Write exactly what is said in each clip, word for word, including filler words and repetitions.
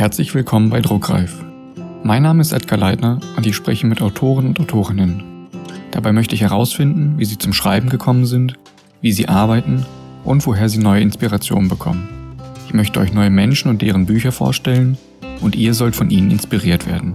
Herzlich willkommen bei Druckreif. Mein Name ist Edgar Leitner und ich spreche mit Autoren und Autorinnen. Dabei möchte ich herausfinden, wie sie zum Schreiben gekommen sind, wie sie arbeiten und woher sie neue Inspirationen bekommen. Ich möchte euch neue Menschen und deren Bücher vorstellen und ihr sollt von ihnen inspiriert werden.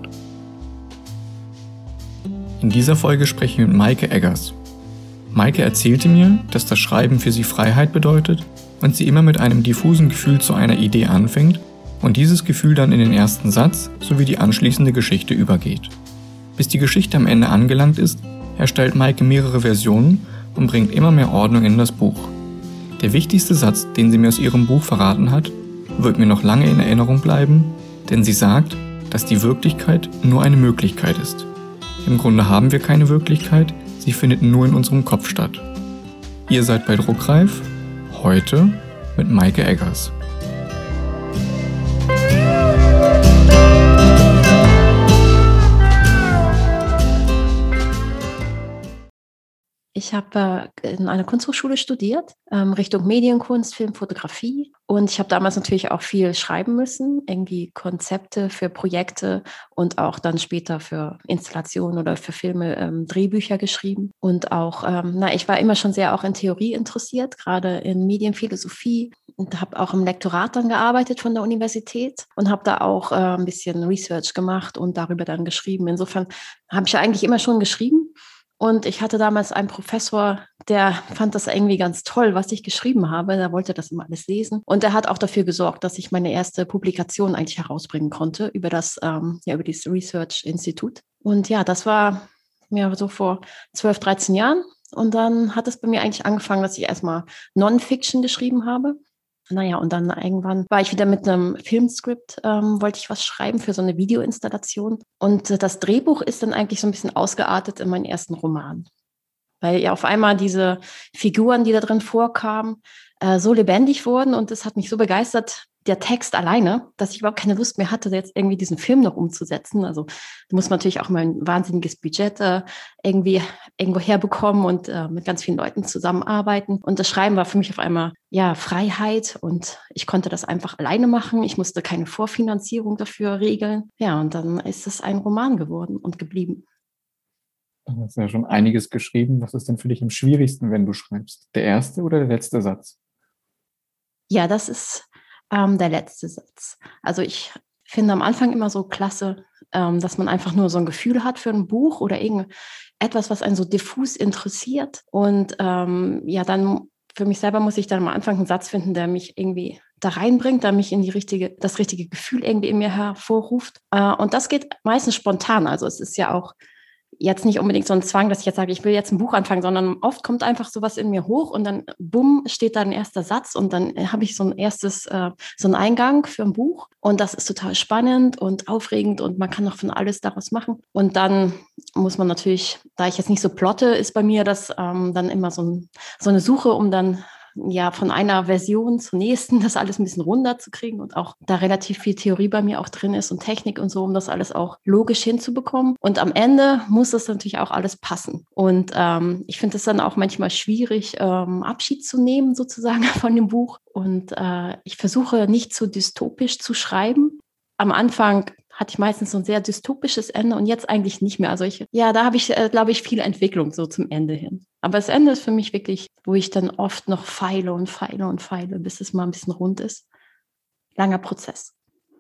In dieser Folge spreche ich mit Maike Eggers. Maike erzählte mir, dass das Schreiben für sie Freiheit bedeutet und sie immer mit einem diffusen Gefühl zu einer Idee anfängt und dieses Gefühl dann in den ersten Satz sowie die anschließende Geschichte übergeht. Bis die Geschichte am Ende angelangt ist, erstellt Maike mehrere Versionen und bringt immer mehr Ordnung in das Buch. Der wichtigste Satz, den sie mir aus ihrem Buch verraten hat, wird mir noch lange in Erinnerung bleiben, denn sie sagt, dass die Wirklichkeit nur eine Möglichkeit ist. Im Grunde haben wir keine Wirklichkeit, sie findet nur in unserem Kopf statt. Ihr seid bei Druckreif, heute mit Maike Eggers. Ich habe äh, in einer Kunsthochschule studiert, ähm, Richtung Medienkunst, Film, Fotografie. Und ich habe damals natürlich auch viel schreiben müssen, irgendwie Konzepte für Projekte und auch dann später für Installationen oder für Filme ähm, Drehbücher geschrieben. Und auch, ähm, na, ich war immer schon sehr auch in Theorie interessiert, gerade in Medienphilosophie. Und habe auch im Lektorat dann gearbeitet von der Universität und habe da auch äh, ein bisschen Research gemacht und darüber dann geschrieben. Insofern habe ich ja eigentlich immer schon geschrieben. Und ich hatte damals einen Professor, der fand das irgendwie ganz toll, was ich geschrieben habe. Der wollte das immer alles lesen. Und er hat auch dafür gesorgt, dass ich meine erste Publikation eigentlich herausbringen konnte über das, ähm, ja, über dieses Research Institut. Und ja, das war ja so vor zwölf, dreizehn Jahren. Und dann hat es bei mir eigentlich angefangen, dass ich erstmal Non-Fiction geschrieben habe. Naja, und dann irgendwann war ich wieder mit einem Filmskript, ähm, wollte ich was schreiben für so eine Videoinstallation. Und äh, das Drehbuch ist dann eigentlich so ein bisschen ausgeartet in meinen ersten Roman. Weil ja auf einmal diese Figuren, die da drin vorkamen, äh, so lebendig wurden. Und das hat mich so begeistert, der Text alleine, dass ich überhaupt keine Lust mehr hatte, jetzt irgendwie diesen Film noch umzusetzen. Also da muss man natürlich auch mal ein wahnsinniges Budget äh, irgendwie irgendwo herbekommen und äh, mit ganz vielen Leuten zusammenarbeiten. Und das Schreiben war für mich auf einmal ja Freiheit und ich konnte das einfach alleine machen. Ich musste keine Vorfinanzierung dafür regeln. Ja, und dann ist es ein Roman geworden und geblieben. Du hast ja schon einiges geschrieben. Was ist denn für dich am schwierigsten, wenn du schreibst? Der erste oder der letzte Satz? Ja, das ist ähm, der letzte Satz. Also ich finde am Anfang immer so klasse, ähm, dass man einfach nur so ein Gefühl hat für ein Buch oder irgendetwas, was einen so diffus interessiert. Und ähm, ja, dann für mich selber muss ich dann am Anfang einen Satz finden, der mich irgendwie da reinbringt, der mich in die richtige, das richtige Gefühl irgendwie in mir hervorruft. Äh, und das geht meistens spontan. Also es ist ja auch jetzt nicht unbedingt so ein Zwang, dass ich jetzt sage, ich will jetzt ein Buch anfangen, sondern oft kommt einfach sowas in mir hoch und dann bumm, steht da ein erster Satz und dann habe ich so ein erstes, äh, so einen Eingang für ein Buch und das ist total spannend und aufregend und man kann noch von alles daraus machen. Und dann muss man natürlich, da ich jetzt nicht so plotte, ist bei mir das ähm, dann immer so, ein, so eine Suche, um dann ja von einer Version zur nächsten das alles ein bisschen runterzukriegen und auch da relativ viel Theorie bei mir auch drin ist und Technik und so, um das alles auch logisch hinzubekommen. Und am Ende muss das natürlich auch alles passen. Und ähm, ich finde es dann auch manchmal schwierig, ähm, Abschied zu nehmen sozusagen von dem Buch. Und äh, ich versuche nicht zu dystopisch zu schreiben. Am Anfang hatte ich meistens so ein sehr dystopisches Ende und jetzt eigentlich nicht mehr. Also ich, ja, da habe ich, äh, glaube ich, viel Entwicklung so zum Ende hin. Aber das Ende ist für mich wirklich, wo ich dann oft noch feile und feile und feile, bis es mal ein bisschen rund ist. Langer Prozess.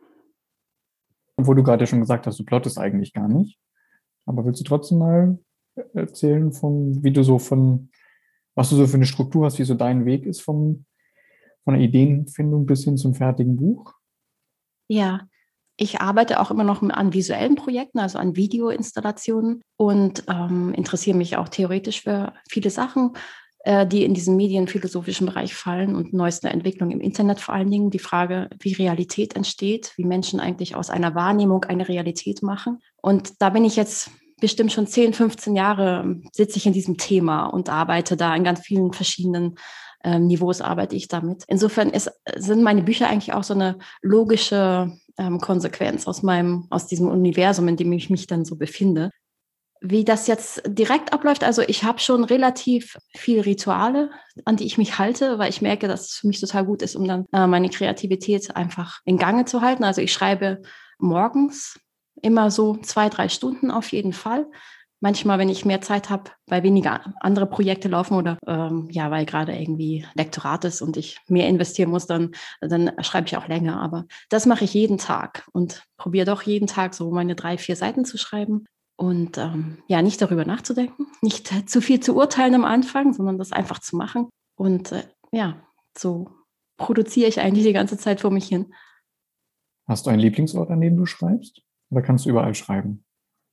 Wo du gerade schon gesagt hast, du plottest eigentlich gar nicht. Aber willst du trotzdem mal erzählen, von, wie du so von, was du so für eine Struktur hast, wie so dein Weg ist vom, von der Ideenfindung bis hin zum fertigen Buch? Ja. Ich arbeite auch immer noch an visuellen Projekten, also an Videoinstallationen und ähm, interessiere mich auch theoretisch für viele Sachen, äh, die in diesen medienphilosophischen Bereich fallen und neueste Entwicklungen im Internet vor allen Dingen. Die Frage, wie Realität entsteht, wie Menschen eigentlich aus einer Wahrnehmung eine Realität machen. Und da bin ich jetzt bestimmt schon zehn, fünfzehn Jahre sitze ich in diesem Thema und arbeite da in ganz vielen verschiedenen ähm, Niveaus arbeite ich damit. Insofern ist, sind meine Bücher eigentlich auch so eine logische ähm, Konsequenz aus meinem, aus diesem Universum, in dem ich mich dann so befinde. Wie das jetzt direkt abläuft, also ich habe schon relativ viel Rituale, an die ich mich halte, weil ich merke, dass es für mich total gut ist, um dann äh, meine Kreativität einfach in Gange zu halten. Also ich schreibe morgens immer so zwei, drei Stunden auf jeden Fall. Manchmal, wenn ich mehr Zeit habe, weil weniger andere Projekte laufen oder ähm, ja, weil gerade irgendwie Lektorat ist und ich mehr investieren muss, dann, dann schreibe ich auch länger. Aber das mache ich jeden Tag und probiere doch jeden Tag so meine drei, vier Seiten zu schreiben. Und ähm, ja, nicht darüber nachzudenken, nicht äh, zu viel zu urteilen am Anfang, sondern das einfach zu machen. Und äh, ja, so produziere ich eigentlich die ganze Zeit vor mich hin. Hast du einen Lieblingsort, an dem du schreibst? Oder kannst du überall schreiben?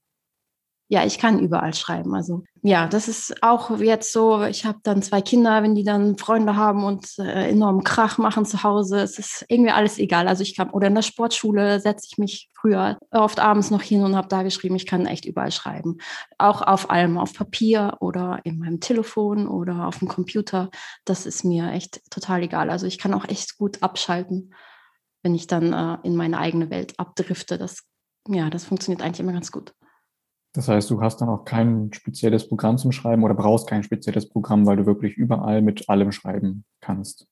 Ja, ich kann überall schreiben. Also ja, das ist auch jetzt so, ich habe dann zwei Kinder, wenn die dann Freunde haben und äh, enormen Krach machen zu Hause, es ist irgendwie alles egal. Also ich kann, oder in der Sportschule setze ich mich früher oft abends noch hin und habe da geschrieben, ich kann echt überall schreiben. Auch auf allem, auf Papier oder in meinem Telefon oder auf dem Computer. Das ist mir echt total egal. Also ich kann auch echt gut abschalten, wenn ich dann äh, in meine eigene Welt abdrifte. Das, ja, das funktioniert eigentlich immer ganz gut. Das heißt, du hast dann auch kein spezielles Programm zum Schreiben oder brauchst kein spezielles Programm, weil du wirklich überall mit allem schreiben kannst.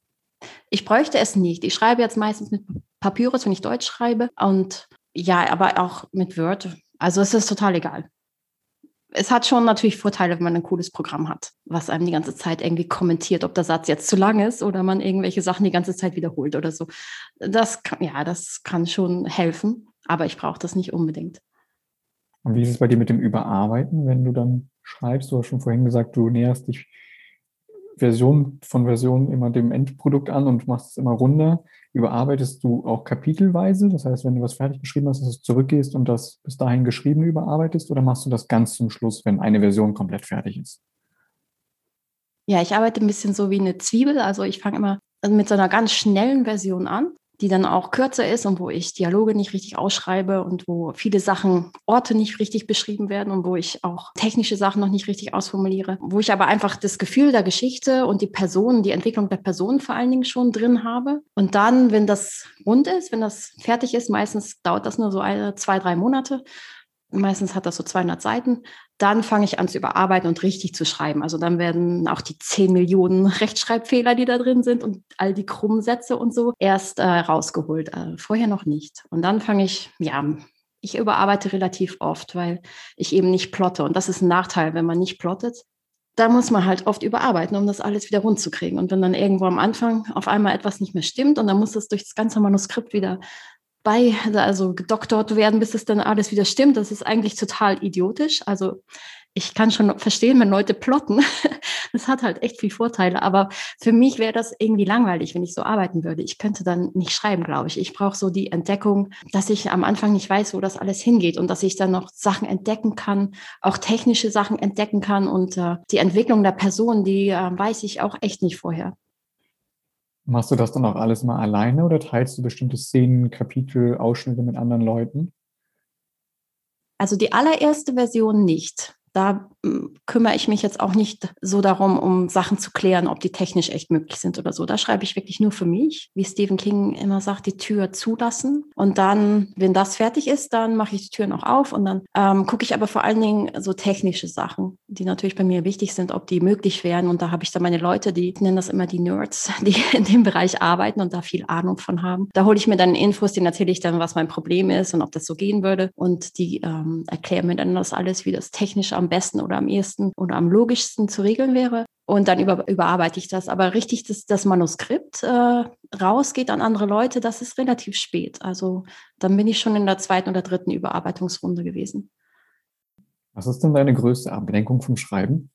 Ich bräuchte es nicht. Ich schreibe jetzt meistens mit Papyrus, wenn ich Deutsch schreibe. Und ja, aber auch mit Word. Also es ist total egal. Es hat schon natürlich Vorteile, wenn man ein cooles Programm hat, was einem die ganze Zeit irgendwie kommentiert, ob der Satz jetzt zu lang ist oder man irgendwelche Sachen die ganze Zeit wiederholt oder so. Das kann, ja, das kann schon helfen, aber ich brauche das nicht unbedingt. Und wie ist es bei dir mit dem Überarbeiten, wenn du dann schreibst? Du hast schon vorhin gesagt, du näherst dich Version von Version immer dem Endprodukt an und machst es immer runder. Überarbeitest du auch kapitelweise? Das heißt, wenn du was fertig geschrieben hast, dass du zurückgehst und das bis dahin Geschriebene überarbeitest? Oder machst du das ganz zum Schluss, wenn eine Version komplett fertig ist? Ja, ich arbeite ein bisschen so wie eine Zwiebel. Also ich fange immer mit so einer ganz schnellen Version an, die dann auch kürzer ist und wo ich Dialoge nicht richtig ausschreibe und wo viele Sachen, Orte nicht richtig beschrieben werden und wo ich auch technische Sachen noch nicht richtig ausformuliere, wo ich aber einfach das Gefühl der Geschichte und die Personen, die Entwicklung der Personen vor allen Dingen schon drin habe. Und dann, wenn das rund ist, wenn das fertig ist, meistens dauert das nur so eine, zwei, drei Monate, meistens hat das so zweihundert Seiten, dann fange ich an zu überarbeiten und richtig zu schreiben. Also dann werden auch die zehn Millionen Rechtschreibfehler, die da drin sind und all die krummen Sätze und so erst äh, rausgeholt. Äh, vorher noch nicht. Und dann fange ich, ja, ich überarbeite relativ oft, weil ich eben nicht plotte. Und das ist ein Nachteil, wenn man nicht plottet. Da muss man halt oft überarbeiten, um das alles wieder rund zu kriegen. Und wenn dann irgendwo am Anfang auf einmal etwas nicht mehr stimmt und dann muss es durch das ganze Manuskript wieder bei, also gedoktort werden, bis es dann alles wieder stimmt. Das ist eigentlich total idiotisch. Also ich kann schon verstehen, wenn Leute plotten. Das hat halt echt viel Vorteile. Aber für mich wäre das irgendwie langweilig, wenn ich so arbeiten würde. Ich könnte dann nicht schreiben, glaube ich. Ich brauche so die Entdeckung, dass ich am Anfang nicht weiß, wo das alles hingeht und dass ich dann noch Sachen entdecken kann, auch technische Sachen entdecken kann. Und äh, die Entwicklung der Person, die äh, weiß ich auch echt nicht vorher. Machst du das dann auch alles mal alleine oder teilst du bestimmte Szenen, Kapitel, Ausschnitte mit anderen Leuten? Also die allererste Version nicht. Da m, kümmere ich mich jetzt auch nicht so darum, um Sachen zu klären, ob die technisch echt möglich sind oder so. Da schreibe ich wirklich nur für mich, wie Stephen King immer sagt, die Tür zulassen. Und dann, wenn das fertig ist, dann mache ich die Tür noch auf und dann ähm, gucke ich aber vor allen Dingen so technische Sachen, die natürlich bei mir wichtig sind, ob die möglich wären. Und da habe ich dann meine Leute, die nennen das immer die Nerds, die in dem Bereich arbeiten und da viel Ahnung von haben. Da hole ich mir dann Infos, denen erzähle ich dann, was mein Problem ist und ob das so gehen würde. Und die ähm, erklären mir dann das alles, wie das technisch am besten oder am ehesten oder am logischsten zu regeln wäre. Und dann über, überarbeite ich das. Aber richtig, dass das Manuskript äh, rausgeht an andere Leute, das ist relativ spät. Also dann bin ich schon in der zweiten oder dritten Überarbeitungsrunde gewesen. Was ist denn deine größte Ablenkung vom Schreiben?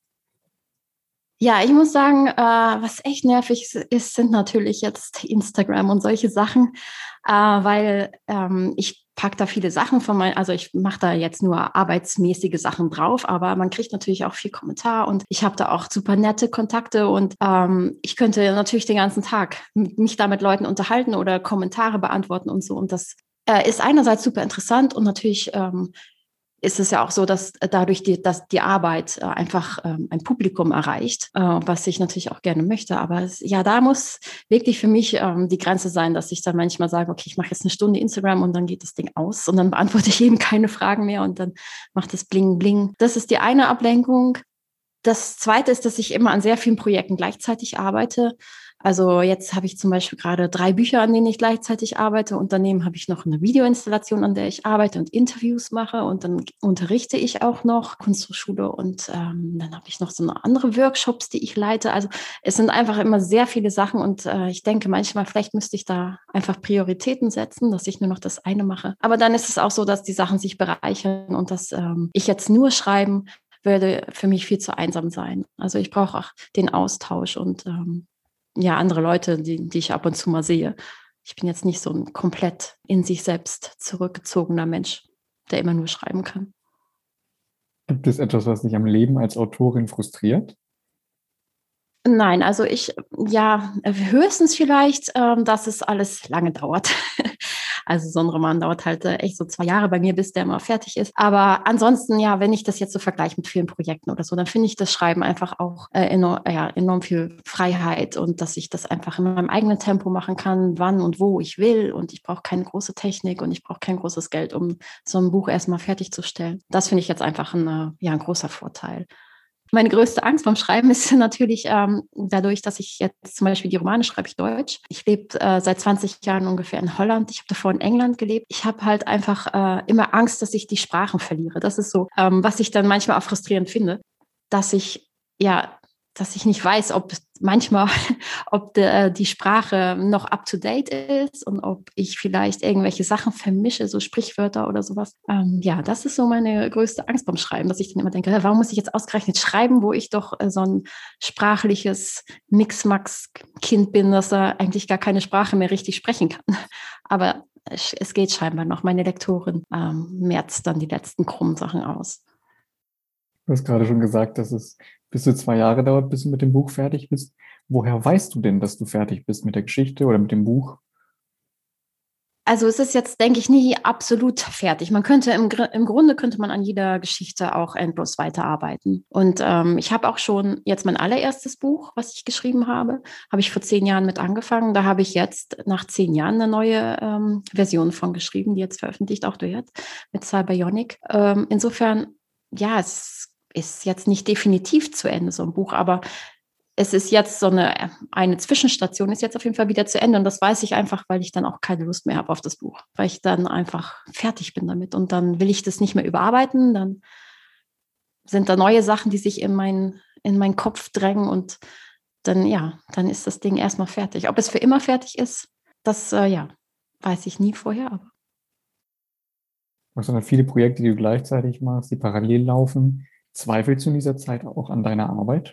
Ja, ich muss sagen, äh, was echt nervig ist, sind natürlich jetzt Instagram und solche Sachen, äh, weil ähm, ich packe da viele Sachen von meinen, also ich mache da jetzt nur arbeitsmäßige Sachen drauf, aber man kriegt natürlich auch viel Kommentar und ich habe da auch super nette Kontakte und ähm, ich könnte natürlich den ganzen Tag mich da mit Leuten unterhalten oder Kommentare beantworten und so und das äh, ist einerseits super interessant und natürlich ähm, ist es ja auch so, dass dadurch die, dass die Arbeit äh, einfach ähm, ein Publikum erreicht, äh, was ich natürlich auch gerne möchte. Aber es, ja, da muss wirklich für mich ähm, die Grenze sein, dass ich dann manchmal sage, okay, ich mache jetzt eine Stunde Instagram und dann geht das Ding aus und dann beantworte ich eben keine Fragen mehr und dann macht es bling bling. Das ist die eine Ablenkung. Das zweite ist, dass ich immer an sehr vielen Projekten gleichzeitig arbeite. Also jetzt habe ich zum Beispiel gerade drei Bücher, an denen ich gleichzeitig arbeite. Und daneben habe ich noch eine Videoinstallation, an der ich arbeite und Interviews mache. Und dann unterrichte ich auch noch Kunsthochschule. Und ähm, dann habe ich noch so eine andere Workshops, die ich leite. Also es sind einfach immer sehr viele Sachen. Und äh, ich denke manchmal, vielleicht müsste ich da einfach Prioritäten setzen, dass ich nur noch das eine mache. Aber dann ist es auch so, dass die Sachen sich bereichern und dass ähm, ich jetzt nur schreiben würde für mich viel zu einsam sein. Also ich brauche auch den Austausch und ähm, ja, andere Leute, die, die ich ab und zu mal sehe. Ich bin jetzt nicht so ein komplett in sich selbst zurückgezogener Mensch, der immer nur schreiben kann. Gibt es etwas, was dich am Leben als Autorin frustriert? Nein, also ich, ja, höchstens vielleicht, ähm, dass es alles lange dauert. Also so ein Roman dauert halt äh, echt so zwei Jahre bei mir, bis der mal fertig ist. Aber ansonsten, ja, wenn ich das jetzt so vergleiche mit vielen Projekten oder so, dann finde ich das Schreiben einfach auch äh, enorm, ja, enorm viel Freiheit und dass ich das einfach in meinem eigenen Tempo machen kann, wann und wo ich will. Und ich brauche keine große Technik und ich brauche kein großes Geld, um so ein Buch erstmal fertigzustellen. Das finde ich jetzt einfach ein, äh, ja, ein großer Vorteil. Meine größte Angst beim Schreiben ist natürlich ähm, dadurch, dass ich jetzt zum Beispiel die Romane schreibe ich Deutsch. Ich lebe äh, seit zwanzig Jahren ungefähr in Holland. Ich habe davor in England gelebt. Ich habe halt einfach äh, immer Angst, dass ich die Sprachen verliere. Das ist so, ähm, was ich dann manchmal auch frustrierend finde, dass ich ja, dass ich nicht weiß, ob manchmal, ob de, die Sprache noch up to date ist und ob ich vielleicht irgendwelche Sachen vermische, so Sprichwörter oder sowas. Ähm, ja, das ist so meine größte Angst beim Schreiben, dass ich dann immer denke, warum muss ich jetzt ausgerechnet schreiben, wo ich doch äh, so ein sprachliches Mixmax-Kind bin, dass er eigentlich gar keine Sprache mehr richtig sprechen kann. Aber es, es geht scheinbar noch. Meine Lektorin ähm, merzt dann die letzten krummen Sachen aus. Du hast gerade schon gesagt, dass es bis zu zwei Jahre dauert, bis du mit dem Buch fertig bist. Woher weißt du denn, dass du fertig bist mit der Geschichte oder mit dem Buch? Also es ist jetzt, denke ich, nie absolut fertig. Man könnte im, im Grunde könnte man an jeder Geschichte auch endlos weiterarbeiten. Und ähm, ich habe auch schon jetzt mein allererstes Buch, was ich geschrieben habe, habe ich vor zehn Jahren mit angefangen. Da habe ich jetzt nach zehn Jahren eine neue ähm, Version von geschrieben, die jetzt veröffentlicht auch wird mit Cyberbionic. Ähm, insofern, ja, es ist jetzt nicht definitiv zu Ende, so ein Buch, aber es ist jetzt so eine, eine Zwischenstation, ist jetzt auf jeden Fall wieder zu Ende. Und das weiß ich einfach, weil ich dann auch keine Lust mehr habe auf das Buch, weil ich dann einfach fertig bin damit. Und dann will ich das nicht mehr überarbeiten. Dann sind da neue Sachen, die sich in, mein, in meinen Kopf drängen. Und dann, ja, dann ist das Ding erstmal fertig. Ob es für immer fertig ist, das, äh, ja, weiß ich nie vorher. Aber Du hast dann viele Projekte, die du gleichzeitig machst, die parallel laufen. Zweifelst du in dieser Zeit auch an deiner Arbeit?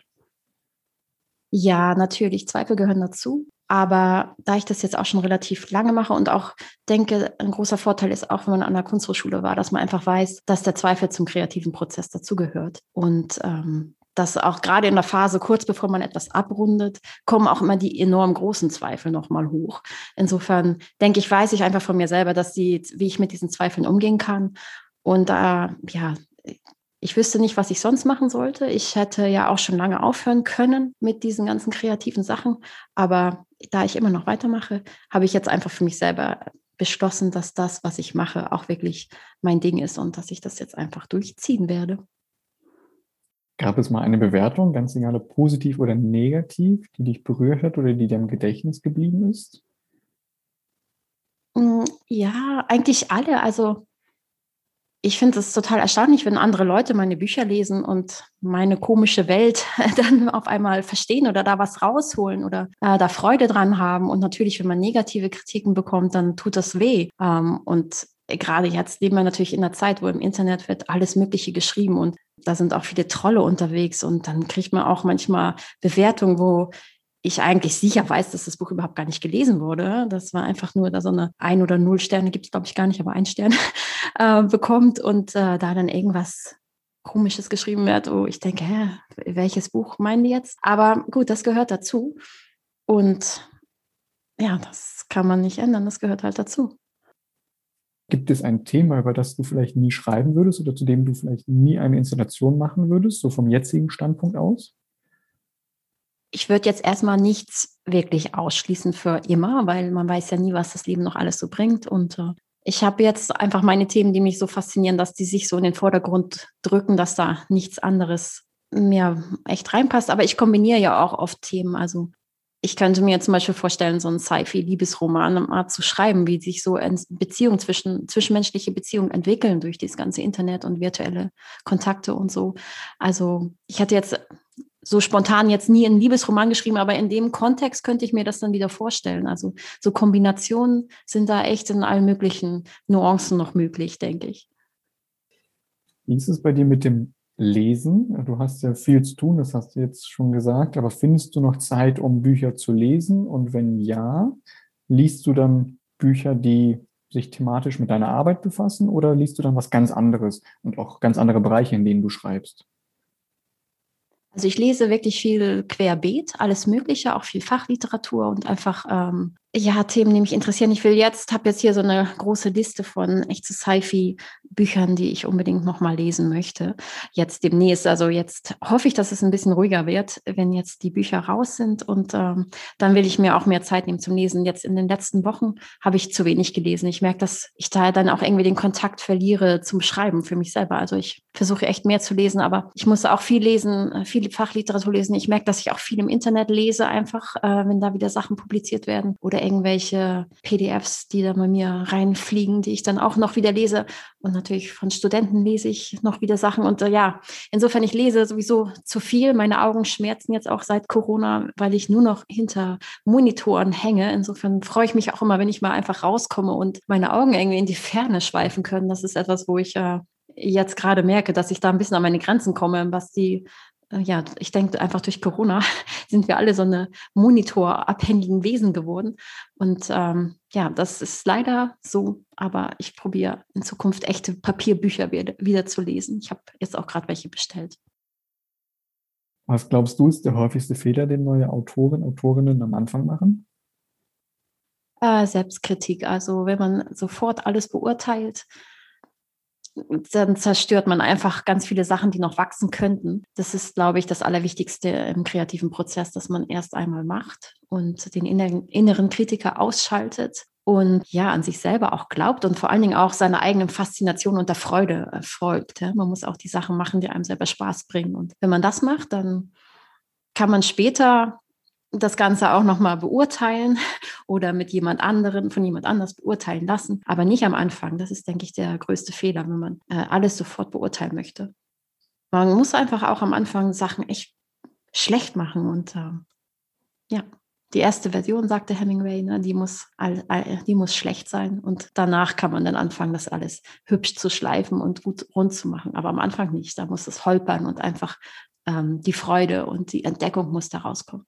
ja, natürlich, Zweifel gehören dazu. Aber da ich das jetzt auch schon relativ lange mache und auch denke, ein großer Vorteil ist auch, wenn man an der Kunsthochschule war, dass man einfach weiß, dass der Zweifel zum kreativen Prozess dazugehört. Und ähm, dass auch gerade in der Phase, kurz bevor man etwas abrundet, kommen auch immer die enorm großen Zweifel nochmal hoch. Insofern denke ich, weiß ich einfach von mir selber, dass die, wie ich mit diesen Zweifeln umgehen kann. Und äh, ja, ich wüsste nicht, was ich sonst machen sollte. Ich hätte ja auch schon lange aufhören können mit diesen ganzen kreativen Sachen. Aber da ich immer noch weitermache, habe ich jetzt einfach für mich selber beschlossen, dass das, was ich mache, auch wirklich mein Ding ist und dass ich das jetzt einfach durchziehen werde. Gab es mal eine Bewertung, ganz egal ob positiv oder negativ, die dich berührt hat oder die dir im Gedächtnis geblieben ist? Ja, eigentlich alle. Also ich finde es total erstaunlich, wenn andere Leute meine Bücher lesen und meine komische Welt dann auf einmal verstehen oder da was rausholen oder äh, da Freude dran haben. Und natürlich, wenn man negative Kritiken bekommt, dann tut das weh. Ähm, und gerade jetzt leben wir natürlich in einer Zeit, wo im Internet wird alles Mögliche geschrieben und da sind auch viele Trolle unterwegs und dann kriegt man auch manchmal Bewertungen, wo ich eigentlich sicher weiß, dass das Buch überhaupt gar nicht gelesen wurde. Das war einfach nur da so eine ein oder null Sterne, gibt es glaube ich gar nicht, aber ein Stern äh, bekommt und äh, da dann irgendwas Komisches geschrieben wird, wo ich denke, hä, welches Buch meinen die jetzt? Aber gut, das gehört dazu und ja, das kann man nicht ändern, das gehört halt dazu. Gibt es ein Thema, über das du vielleicht nie schreiben würdest oder zu dem du vielleicht nie eine Installation machen würdest, so vom jetzigen Standpunkt aus? Ich würde jetzt erstmal nichts wirklich ausschließen für immer, weil man weiß ja nie, was das Leben noch alles so bringt. Und äh, ich habe jetzt einfach meine Themen, die mich so faszinieren, dass die sich so in den Vordergrund drücken, dass da nichts anderes mehr echt reinpasst. Aber ich kombiniere ja auch oft Themen. Also ich könnte mir zum Beispiel vorstellen, so einen Sci-Fi-Liebesroman mal zu schreiben, wie sich so Beziehungen zwischen, zwischenmenschliche Beziehungen entwickeln durch das ganze Internet und virtuelle Kontakte und so. Also ich hatte jetzt so spontan jetzt nie einen Liebesroman geschrieben, aber in dem Kontext könnte ich mir das dann wieder vorstellen. Also so Kombinationen sind da echt in allen möglichen Nuancen noch möglich, denke ich. Wie ist es bei dir mit dem Lesen? Du hast ja viel zu tun, das hast du jetzt schon gesagt, aber findest du noch Zeit, um Bücher zu lesen? Und wenn ja, liest du dann Bücher, die sich thematisch mit deiner Arbeit befassen, oder liest du dann was ganz anderes und auch ganz andere Bereiche, in denen du schreibst? Also ich lese wirklich viel querbeet, alles Mögliche, auch viel Fachliteratur und einfach ähm, ja, Themen, die mich interessieren. Ich will jetzt, habe jetzt hier so eine große Liste von echten Sci-Fi-Büchern, die ich unbedingt nochmal lesen möchte. Jetzt demnächst, also jetzt hoffe ich, dass es ein bisschen ruhiger wird, wenn jetzt die Bücher raus sind. Und ähm, dann will ich mir auch mehr Zeit nehmen zum Lesen. Jetzt in den letzten Wochen habe ich zu wenig gelesen. Ich merke, dass ich da dann auch irgendwie den Kontakt verliere zum Schreiben für mich selber. Also ich versuche echt mehr zu lesen, aber ich muss auch viel lesen, viel Fachliteratur lesen. Ich merke, dass ich auch viel im Internet lese, einfach, äh, wenn da wieder Sachen publiziert werden oder irgendwelche P D Fs, die da bei mir reinfliegen, die ich dann auch noch wieder lese. Und natürlich von Studenten lese ich noch wieder Sachen. Und äh, ja, insofern, ich lese sowieso zu viel. Meine Augen schmerzen jetzt auch seit Corona, weil ich nur noch hinter Monitoren hänge. Insofern freue ich mich auch immer, wenn ich mal einfach rauskomme und meine Augen irgendwie in die Ferne schweifen können. Das ist etwas, wo ich äh, jetzt gerade merke, dass ich da ein bisschen an meine Grenzen komme, was die ja, ich denke einfach durch Corona sind wir alle so eine monitorabhängigen Wesen geworden. Und ähm, ja, das ist leider so, aber ich probiere in Zukunft echte Papierbücher wieder, wieder zu lesen. Ich habe jetzt auch gerade welche bestellt. Was glaubst du, ist der häufigste Fehler, den neue Autoren, Autorinnen am Anfang machen? Äh, Selbstkritik, also wenn man sofort alles beurteilt, dann zerstört man einfach ganz viele Sachen, die noch wachsen könnten. Das ist, glaube ich, das Allerwichtigste im kreativen Prozess, dass man erst einmal macht und den inneren, inneren Kritiker ausschaltet und ja, an sich selber auch glaubt und vor allen Dingen auch seiner eigenen Faszination und der Freude äh, folgt. Ja? Man muss auch die Sachen machen, die einem selber Spaß bringen. Und wenn man das macht, dann kann man später das Ganze auch nochmal beurteilen oder mit jemand anderen, von jemand anders beurteilen lassen, aber nicht am Anfang. Das ist, denke ich, der größte Fehler, wenn man äh, alles sofort beurteilen möchte. Man muss einfach auch am Anfang Sachen echt schlecht machen und äh, ja, die erste Version, sagte Hemingway, ne, die muss, all, all, die muss schlecht sein und danach kann man dann anfangen, das alles hübsch zu schleifen und gut rund zu machen, aber am Anfang nicht. Da muss es holpern und einfach ähm, die Freude und die Entdeckung muss da rauskommen.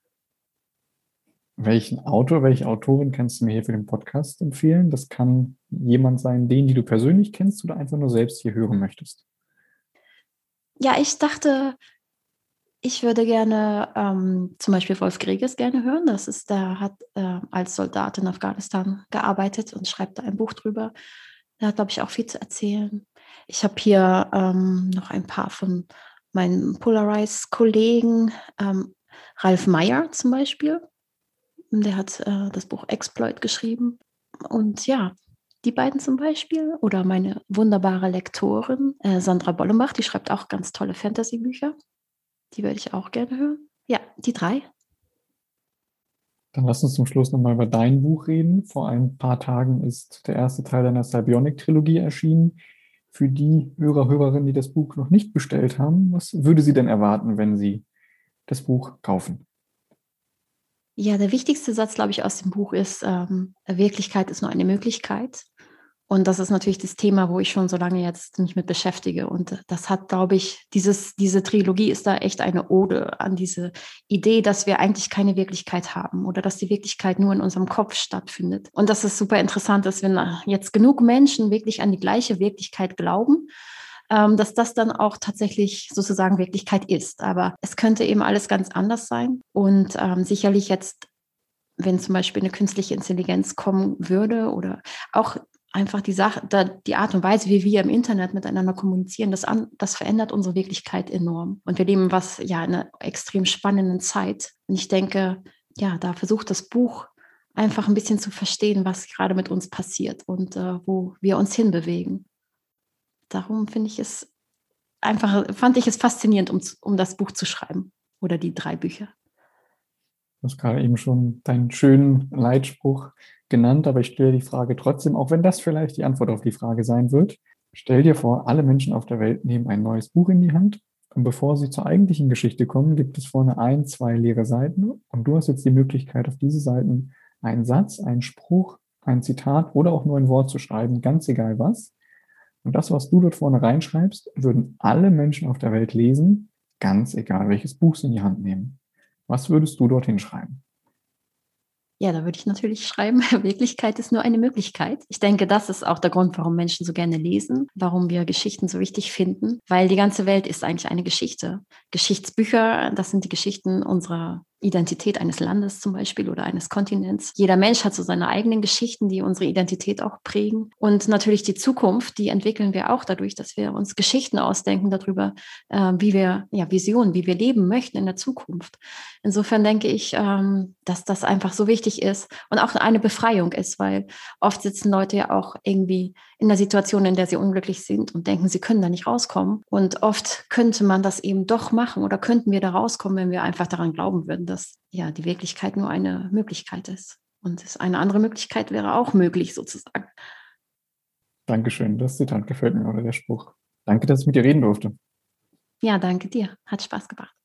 Welchen Autor, welche Autorin kannst du mir hier für den Podcast empfehlen? Das kann jemand sein, den, die du persönlich kennst oder einfach nur selbst hier hören möchtest. Ja, ich dachte, ich würde gerne ähm, zum Beispiel Wolf Greges gerne hören. Das ist, der hat äh, als Soldat in Afghanistan gearbeitet und schreibt da ein Buch drüber. Der hat, glaube ich, auch viel zu erzählen. Ich habe hier ähm, noch ein paar von meinen Polarize-Kollegen. Ähm, Ralf Meyer zum Beispiel. Der hat äh, das Buch Exploit geschrieben. Und ja, die beiden zum Beispiel. Oder meine wunderbare Lektorin, äh, Sandra Bollenbach, die schreibt auch ganz tolle Fantasy-Bücher. Die würde ich auch gerne hören. Ja, die drei. Dann lass uns zum Schluss nochmal über dein Buch reden. Vor ein paar Tagen ist der erste Teil deiner Cybionic-Trilogie erschienen. Für die Hörer, Hörerinnen, die das Buch noch nicht bestellt haben, was würde sie denn erwarten, wenn sie das Buch kaufen? Ja, der wichtigste Satz, glaube ich, aus dem Buch ist, ähm, Wirklichkeit ist nur eine Möglichkeit. Und das ist natürlich das Thema, wo ich schon so lange jetzt mich mit beschäftige. Und das hat, glaube ich, dieses, diese Trilogie ist da echt eine Ode an diese Idee, dass wir eigentlich keine Wirklichkeit haben oder dass die Wirklichkeit nur in unserem Kopf stattfindet. Und das ist super interessant, dass wenn jetzt genug Menschen wirklich an die gleiche Wirklichkeit glauben, dass das dann auch tatsächlich sozusagen Wirklichkeit ist. Aber es könnte eben alles ganz anders sein. Und ähm, sicherlich jetzt, wenn zum Beispiel eine künstliche Intelligenz kommen würde oder auch einfach die Sache, da, die Art und Weise, wie wir im Internet miteinander kommunizieren, das, an, das verändert unsere Wirklichkeit enorm. Und wir leben was, ja, in einer extrem spannenden Zeit. Und ich denke, ja, da versucht das Buch einfach ein bisschen zu verstehen, was gerade mit uns passiert und äh, wo wir uns hinbewegen. Darum finde ich es einfach, fand ich es faszinierend, um, um das Buch zu schreiben oder die drei Bücher. Du hast gerade eben schon deinen schönen Leitspruch genannt, aber ich stelle die Frage trotzdem, auch wenn das vielleicht die Antwort auf die Frage sein wird. Stell dir vor, alle Menschen auf der Welt nehmen ein neues Buch in die Hand und bevor sie zur eigentlichen Geschichte kommen, gibt es vorne ein, zwei leere Seiten und du hast jetzt die Möglichkeit, auf diese Seiten einen Satz, einen Spruch, ein Zitat oder auch nur ein Wort zu schreiben, ganz egal was. Und das, was du dort vorne reinschreibst, würden alle Menschen auf der Welt lesen, ganz egal welches Buch sie in die Hand nehmen. Was würdest du dorthin schreiben? Ja, da würde ich natürlich schreiben, Wirklichkeit ist nur eine Möglichkeit. Ich denke, das ist auch der Grund, warum Menschen so gerne lesen, warum wir Geschichten so wichtig finden, weil die ganze Welt ist eigentlich eine Geschichte. Geschichtsbücher, das sind die Geschichten unserer Identität eines Landes zum Beispiel oder eines Kontinents. Jeder Mensch hat so seine eigenen Geschichten, die unsere Identität auch prägen. Und natürlich die Zukunft, die entwickeln wir auch dadurch, dass wir uns Geschichten ausdenken darüber, äh, wie wir, ja, Visionen, wie wir leben möchten in der Zukunft. Insofern denke ich, ähm, dass das einfach so wichtig ist und auch eine Befreiung ist, weil oft sitzen Leute ja auch irgendwie in der Situation, in der sie unglücklich sind und denken, sie können da nicht rauskommen. Und oft könnte man das eben doch machen oder könnten wir da rauskommen, wenn wir einfach daran glauben würden, dass ja die Wirklichkeit nur eine Möglichkeit ist. Und es eine andere Möglichkeit wäre auch möglich sozusagen. Dankeschön, das Zitat gefällt mir oder der Spruch. Danke, dass ich mit dir reden durfte. Ja, danke dir. Hat Spaß gemacht.